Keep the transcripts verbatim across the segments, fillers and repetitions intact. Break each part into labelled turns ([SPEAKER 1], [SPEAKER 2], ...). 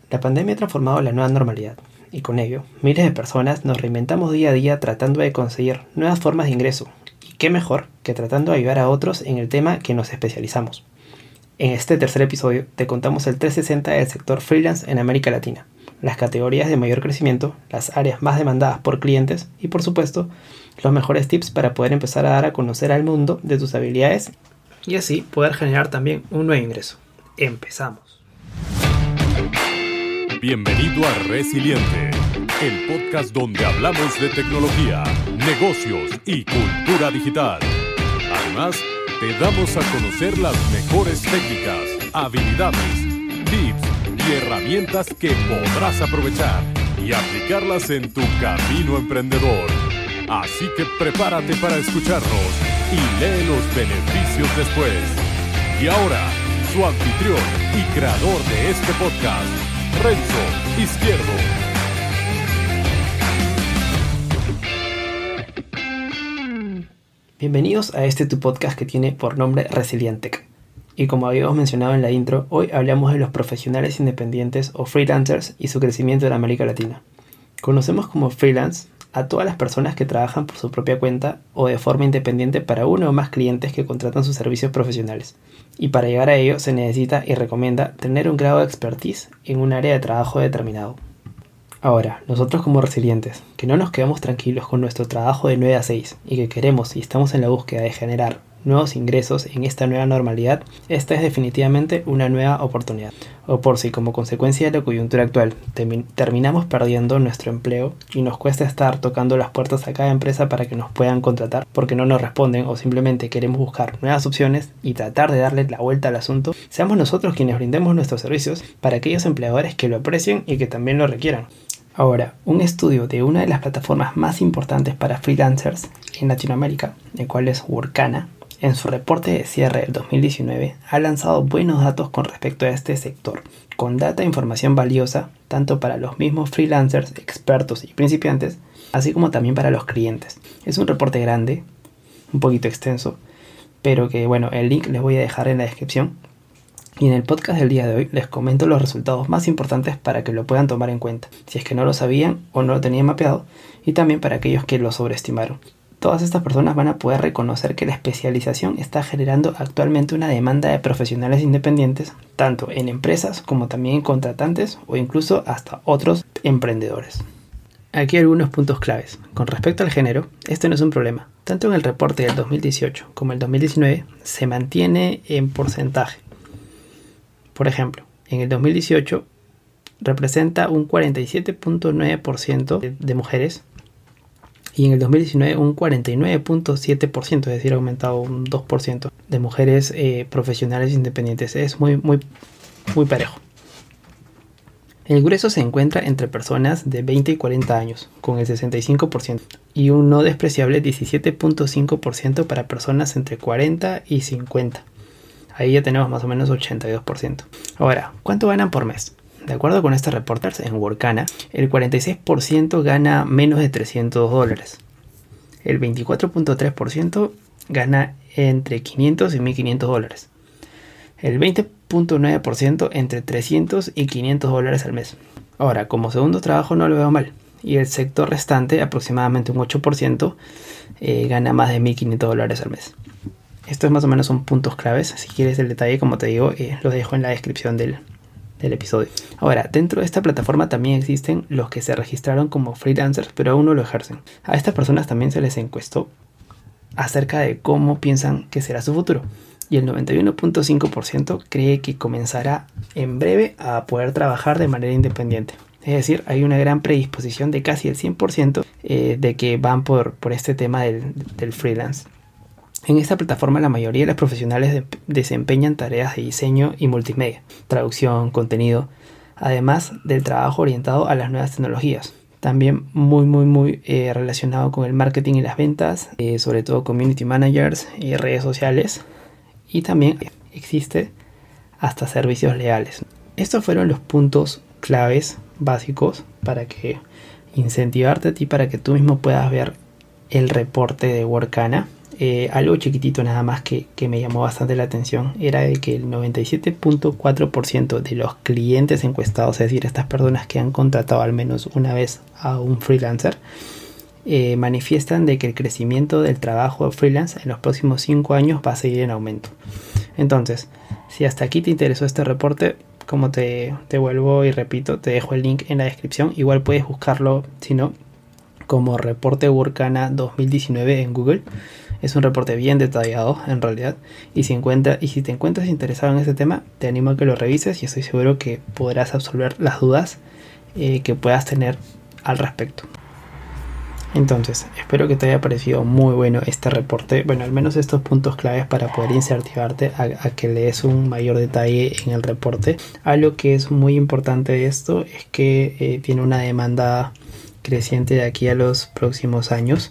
[SPEAKER 1] La pandemia ha transformado la nueva normalidad, y con ello, miles de personas nos reinventamos día a día tratando de conseguir nuevas formas de ingreso, y qué mejor que tratando de ayudar a otros en el tema que nos especializamos. En este tercer episodio te contamos el trescientos sesenta del sector freelance en América Latina, las categorías de mayor crecimiento, las áreas más demandadas por clientes y por supuesto, los mejores tips para poder empezar a dar a conocer al mundo de tus habilidades y así poder generar también un nuevo ingreso. Empezamos.
[SPEAKER 2] Bienvenido a Resiliente, el podcast donde hablamos de tecnología, negocios y cultura digital. Además, te damos a conocer las mejores técnicas, habilidades, tips y herramientas que podrás aprovechar y aplicarlas en tu camino emprendedor. Así que prepárate para escucharnos y lee los beneficios después. Y ahora, su anfitrión y creador de este podcast, Renzo Izquierdo.
[SPEAKER 1] Bienvenidos a este tu podcast que tiene por nombre Resiliente. Y como habíamos mencionado en la intro, hoy hablamos de los profesionales independientes o freelancers y su crecimiento en América Latina. Conocemos como freelance a todas las personas que trabajan por su propia cuenta o de forma independiente para uno o más clientes que contratan sus servicios profesionales. Y para llegar a ello se necesita y recomienda tener un grado de expertise en un área de trabajo determinado. Ahora, nosotros como resilientes, que no nos quedamos tranquilos con nuestro trabajo de nueve a seis y que queremos y estamos en la búsqueda de generar nuevos ingresos en esta nueva normalidad, esta es definitivamente una nueva oportunidad. O por si como consecuencia de la coyuntura actual termi- terminamos perdiendo nuestro empleo y nos cuesta estar tocando las puertas a cada empresa para que nos puedan contratar porque no nos responden o simplemente queremos buscar nuevas opciones y tratar de darle la vuelta al asunto, seamos nosotros quienes brindemos nuestros servicios para aquellos empleadores que lo aprecien y que también lo requieran. Ahora, un estudio de una de las plataformas más importantes para freelancers en Latinoamérica, el cual es Workana, en su reporte de cierre del dos mil diecinueve ha lanzado buenos datos con respecto a este sector, con data e información valiosa tanto para los mismos freelancers, expertos y principiantes, así como también para los clientes. Es un reporte grande, un poquito extenso, pero que bueno, el link les voy a dejar en la descripción. Y en el podcast del día de hoy les comento los resultados más importantes para que lo puedan tomar en cuenta, si es que no lo sabían o no lo tenían mapeado, y también para aquellos que lo sobreestimaron. Todas estas personas van a poder reconocer que la especialización está generando actualmente una demanda de profesionales independientes, tanto en empresas como también en contratantes o incluso hasta otros emprendedores. Aquí algunos puntos claves. Con respecto al género, este no es un problema. Tanto en el reporte del dos mil dieciocho como el dos mil diecinueve se mantiene en porcentaje. Por ejemplo, en el dos mil dieciocho representa un cuarenta y siete punto nueve por ciento de mujeres y en el dos mil diecinueve un cuarenta y nueve punto siete por ciento, es decir, ha aumentado un dos por ciento de mujeres eh, profesionales independientes. Es muy, muy, muy parejo. El grueso se encuentra entre personas de veinte y cuarenta años, con el sesenta y cinco por ciento, y un no despreciable diecisiete punto cinco por ciento para personas entre cuarenta y cincuenta. Ahí ya tenemos más o menos ochenta y dos por ciento. Ahora, ¿cuánto ganan por mes? De acuerdo con este reporte en Workana, el cuarenta y seis por ciento gana menos de trescientos dólares. El veinticuatro punto tres por ciento gana entre quinientos y mil quinientos dólares. El veinte punto nueve por ciento entre trescientos y quinientos dólares al mes. Ahora, como segundo trabajo no lo veo mal. Y el sector restante, aproximadamente un ocho por ciento, eh, gana más de mil quinientos dólares al mes. Estos más o menos son puntos claves. Si quieres el detalle, como te digo, eh, los dejo en la descripción del, del episodio. Ahora, dentro de esta plataforma también existen los que se registraron como freelancers, pero aún no lo ejercen. A estas personas también se les encuestó acerca de cómo piensan que será su futuro. Y el noventa y uno punto cinco por ciento cree que comenzará en breve a poder trabajar de manera independiente. Es decir, hay una gran predisposición de casi el cien por ciento eh, de que van por, por este tema del, del freelance. En esta plataforma la mayoría de los profesionales de- desempeñan tareas de diseño y multimedia, traducción, contenido, además del trabajo orientado a las nuevas tecnologías. También muy muy muy eh, relacionado con el marketing y las ventas, eh, sobre todo community managers y redes sociales. Y también existe hasta servicios legales. Estos fueron los puntos claves básicos para que incentivarte a ti para que tú mismo puedas ver el reporte de Workana Eh, algo chiquitito nada más que, que me llamó bastante la atención era de que el noventa y siete punto cuatro por ciento de los clientes encuestados, es decir, estas personas que han contratado al menos una vez a un freelancer, eh, manifiestan de que el crecimiento del trabajo freelance en los próximos cinco años va a seguir en aumento. Entonces, si hasta aquí te interesó este reporte, como te, te vuelvo y repito, te dejo el link en la descripción. Igual puedes buscarlo, si no, como reporte Workana dos mil diecinueve en Google. Es un reporte bien detallado en realidad, y si, encuentra, y si te encuentras interesado en este tema, te animo a que lo revises y estoy seguro que podrás absolver las dudas eh, que puedas tener al respecto. Entonces, espero que te haya parecido muy bueno este reporte, bueno, al menos estos puntos claves para poder incentivarte a, a que le des un mayor detalle en el reporte. Algo que es muy importante de esto es que eh, tiene una demanda creciente de aquí a los próximos años.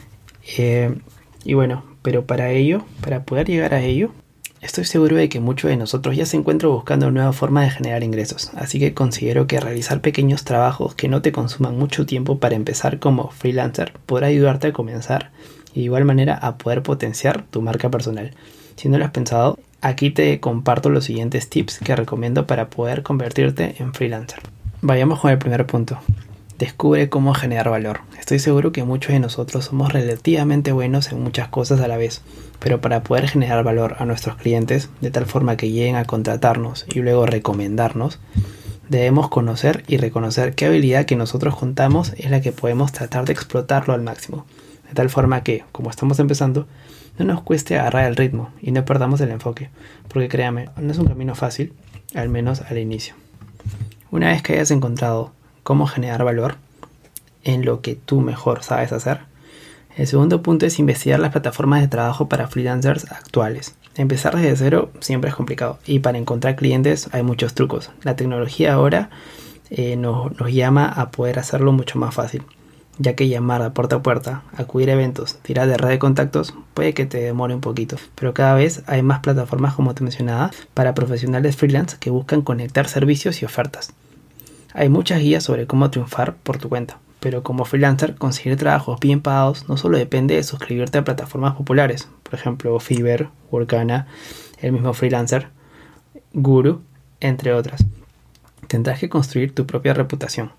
[SPEAKER 1] Eh, Y bueno, pero para ello, para poder llegar a ello, estoy seguro de que muchos de nosotros ya se encuentran buscando nuevas formas de generar ingresos. Así que considero que realizar pequeños trabajos que no te consuman mucho tiempo para empezar como freelancer podrá ayudarte a comenzar y de igual manera a poder potenciar tu marca personal. Si no lo has pensado, aquí te comparto los siguientes tips que recomiendo para poder convertirte en freelancer. Vayamos con el primer punto. Descubre cómo generar valor. Estoy seguro que muchos de nosotros somos relativamente buenos en muchas cosas a la vez, pero para poder generar valor a nuestros clientes de tal forma que lleguen a contratarnos y luego recomendarnos, debemos conocer y reconocer qué habilidad que nosotros contamos es la que podemos tratar de explotarlo al máximo, de tal forma que, como estamos empezando, no nos cueste agarrar el ritmo y no perdamos el enfoque, porque créame, no es un camino fácil, al menos al inicio. Una vez que hayas encontrado cómo generar valor en lo que tú mejor sabes hacer, el segundo punto es investigar las plataformas de trabajo para freelancers actuales. Empezar desde cero siempre es complicado y para encontrar clientes hay muchos trucos. La tecnología ahora eh, nos, nos llama a poder hacerlo mucho más fácil, ya que llamar de puerta a puerta, acudir a eventos, tirar de red de contactos puede que te demore un poquito, pero cada vez hay más plataformas, como te mencionaba, para profesionales freelance que buscan conectar servicios y ofertas. Hay muchas guías sobre cómo triunfar por tu cuenta, pero como freelancer conseguir trabajos bien pagados no solo depende de suscribirte a plataformas populares, por ejemplo Fiverr, Workana, el mismo Freelancer, Guru, entre otras. Tendrás que construir tu propia reputación,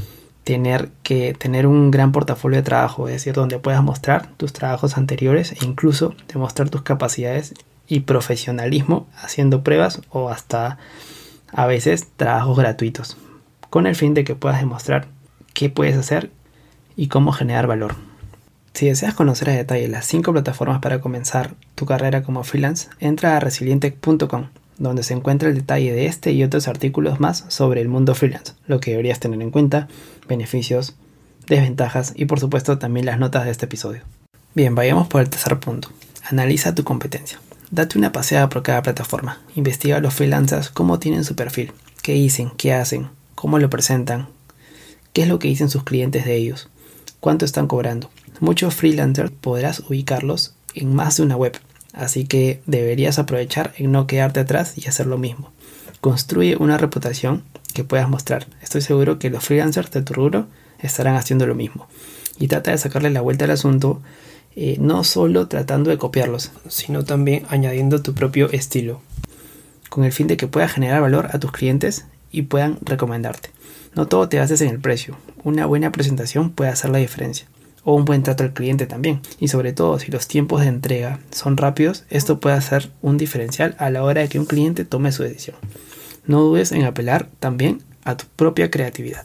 [SPEAKER 1] tener que tener un gran portafolio de trabajo, es decir, donde puedas mostrar tus trabajos anteriores e incluso demostrar tus capacidades y profesionalismo haciendo pruebas o hasta a veces trabajos gratuitos, con el fin de que puedas demostrar qué puedes hacer y cómo generar valor. Si deseas conocer a detalle las cinco plataformas para comenzar tu carrera como freelance, entra a resilientec punto com, donde se encuentra el detalle de este y otros artículos más sobre el mundo freelance, lo que deberías tener en cuenta, beneficios, desventajas y por supuesto también las notas de este episodio. Bien, vayamos por el tercer punto. Analiza tu competencia. Date una paseada por cada plataforma. Investiga a los freelancers cómo tienen su perfil, qué dicen, qué hacen, cómo lo presentan, qué es lo que dicen sus clientes de ellos, cuánto están cobrando. Muchos freelancers podrás ubicarlos en más de una web, así que deberías aprovechar en no quedarte atrás y hacer lo mismo. Construye una reputación que puedas mostrar. Estoy seguro que los freelancers de tu rubro estarán haciendo lo mismo. Y trata de sacarle la vuelta al asunto, eh, no solo tratando de copiarlos, sino también añadiendo tu propio estilo, con el fin de que puedas generar valor a tus clientes y puedan recomendarte. No todo te bases en el precio. Una buena presentación puede hacer la diferencia. O un buen trato al cliente también. Y sobre todo, si los tiempos de entrega son rápidos, esto puede hacer un diferencial a la hora de que un cliente tome su decisión. No dudes en apelar también a tu propia creatividad.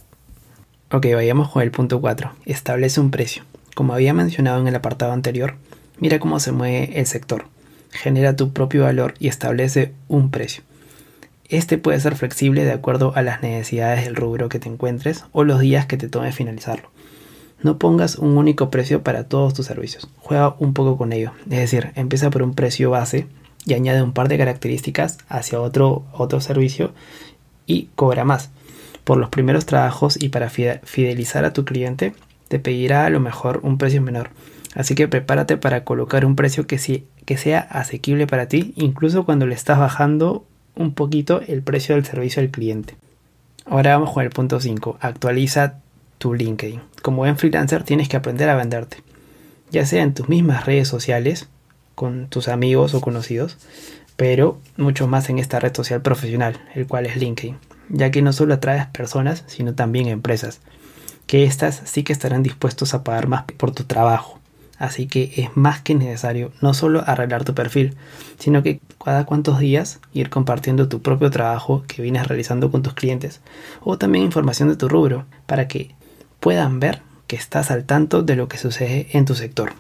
[SPEAKER 1] Ok, vayamos con el punto cuatro. Establece un precio. Como había mencionado en el apartado anterior, mira cómo se mueve el sector. Genera tu propio valor y establece un precio. Este puede ser flexible de acuerdo a las necesidades del rubro que te encuentres o los días que te tome finalizarlo. No pongas un único precio para todos tus servicios. Juega un poco con ello. Es decir, empieza por un precio base y añade un par de características hacia otro, otro servicio y cobra más. Por los primeros trabajos y para fidelizar a tu cliente, te pedirá a lo mejor un precio menor. Así que prepárate para colocar un precio que, sí, que sea asequible para ti, incluso cuando le estás bajando un poquito el precio del servicio al cliente. Ahora vamos con el punto cinco. Actualiza tu LinkedIn. Como buen freelancer tienes que aprender a venderte. ya sea en tus mismas redes sociales, con tus amigos o conocidos, pero mucho más en esta red social profesional, el cual es LinkedIn, ya que no solo atraes personas, sino también empresas, que éstas sí que estarán dispuestos a pagar más por tu trabajo. Así que es más que necesario no solo arreglar tu perfil, sino que cada cuantos días ir compartiendo tu propio trabajo que vienes realizando con tus clientes, o también información de tu rubro, para que puedan ver que estás al tanto de lo que sucede en tu sector.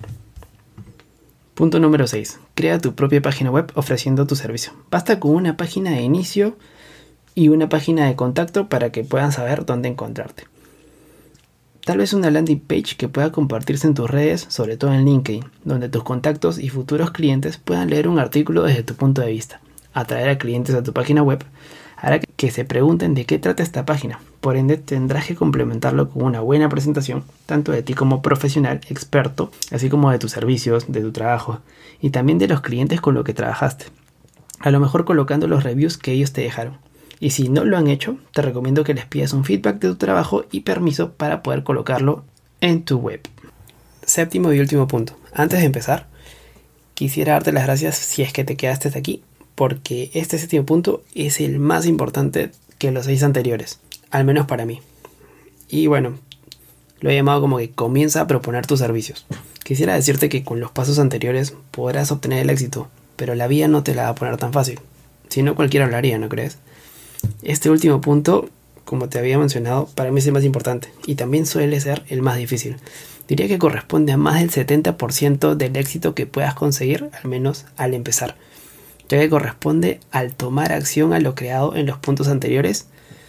[SPEAKER 1] Punto número seis. Crea tu propia página web ofreciendo tu servicio. Basta con una página de inicio y una página de contacto para que puedan saber dónde encontrarte. Tal vez una landing page que pueda compartirse en tus redes, sobre todo en LinkedIn, donde tus contactos y futuros clientes puedan leer un artículo desde tu punto de vista. Atraer a clientes a tu página web hará que se pregunten de qué trata esta página. Por ende, tendrás que complementarlo con una buena presentación, tanto de ti como profesional, experto, así como de tus servicios, de tu trabajo, y también de los clientes con los que trabajaste. A lo mejor colocando los reviews que ellos te dejaron. Y si no lo han hecho, te recomiendo que les pidas un feedback de tu trabajo y permiso para poder colocarlo en tu web. Séptimo y último punto. Antes de empezar, quisiera darte las gracias si es que te quedaste hasta aquí, porque este séptimo punto es el más importante que los seis anteriores, al menos para mí. Y bueno, lo he llamado como que comienza a proponer tus servicios. Quisiera decirte que con los pasos anteriores podrás obtener el éxito, pero la vida no te la va a poner tan fácil. Si no, cualquiera lo haría, ¿no crees? Este último punto, como te había mencionado, para mí es el más importante y también suele ser el más difícil. Diría que corresponde a más del setenta por ciento del éxito que puedas conseguir, al menos al empezar, ya que corresponde al tomar acción a lo creado en los puntos anteriores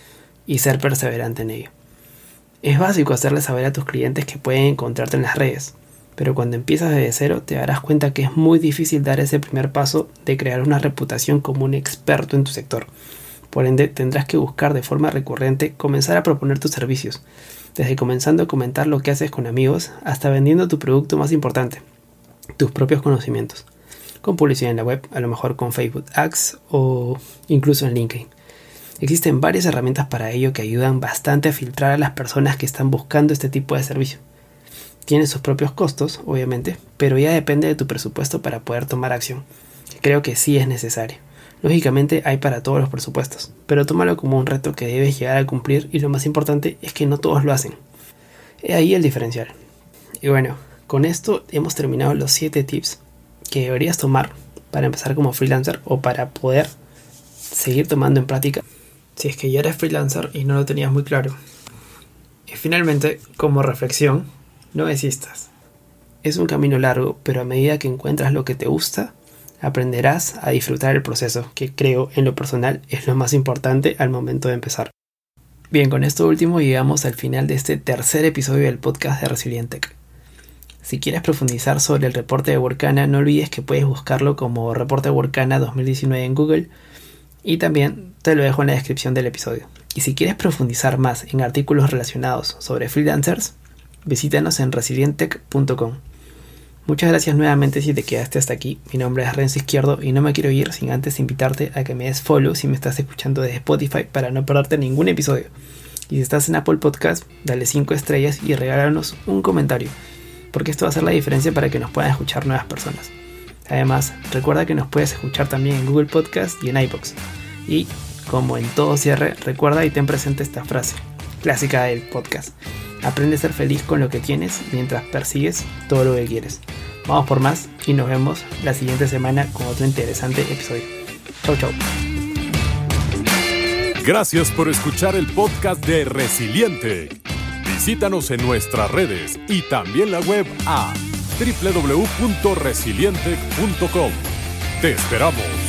[SPEAKER 1] y ser perseverante en ello. Es básico hacerle saber a tus clientes que pueden encontrarte en las redes, pero cuando empiezas desde cero te darás cuenta que es muy difícil dar ese primer paso de crear una reputación como un experto en tu sector. Por ende, tendrás que buscar de forma recurrente comenzar a proponer tus servicios, desde comenzando a comentar lo que haces con amigos hasta vendiendo tu producto más importante, tus propios conocimientos, con publicidad en la web, a lo mejor con Facebook Ads o incluso en LinkedIn. Existen varias herramientas para ello que ayudan bastante a filtrar a las personas que están buscando este tipo de servicio. Tiene sus propios costos, obviamente, pero ya depende de tu presupuesto para poder tomar acción. Creo que sí es necesario. Lógicamente hay para todos los presupuestos, pero tómalo como un reto que debes llegar a cumplir y lo más importante es que no todos lo hacen. He ahí el diferencial. Y bueno, con esto hemos terminado los siete tips que deberías tomar para empezar como freelancer o para poder seguir tomando en práctica si es que ya eres freelancer y no lo tenías muy claro. Y finalmente, como reflexión, no desistas. Es un camino largo, pero a medida que encuentras lo que te gusta, aprenderás a disfrutar el proceso, que creo en lo personal es lo más importante al momento de empezar. Bien, con esto último llegamos al final de este tercer episodio del podcast de Resilientec. Si quieres profundizar sobre el reporte de Workana, no olvides que puedes buscarlo como Reporte Workana dos mil diecinueve en Google y también te lo dejo en la descripción del episodio. Y si quieres profundizar más en artículos relacionados sobre freelancers, visítanos en resilientec punto com. Muchas gracias nuevamente si te quedaste hasta aquí. Mi nombre es Renzo Izquierdo y no me quiero ir sin antes invitarte a que me des follow si me estás escuchando desde Spotify para no perderte ningún episodio. Y si estás en Apple Podcast, dale cinco estrellas y regálanos un comentario, porque esto va a hacer la diferencia para que nos puedan escuchar nuevas personas. Además, recuerda que nos puedes escuchar también en Google Podcast y en iVoox. Y, como en todo cierre, recuerda y ten presente esta frase clásica del podcast: aprende a ser feliz con lo que tienes mientras persigues todo lo que quieres. Vamos por más y nos vemos la siguiente semana con otro interesante episodio. Chau, chau.
[SPEAKER 2] Gracias por escuchar el podcast de Resiliente. Visítanos en nuestras redes y también la web a doble u doble u doble u punto resilientec punto com. ¡Te esperamos!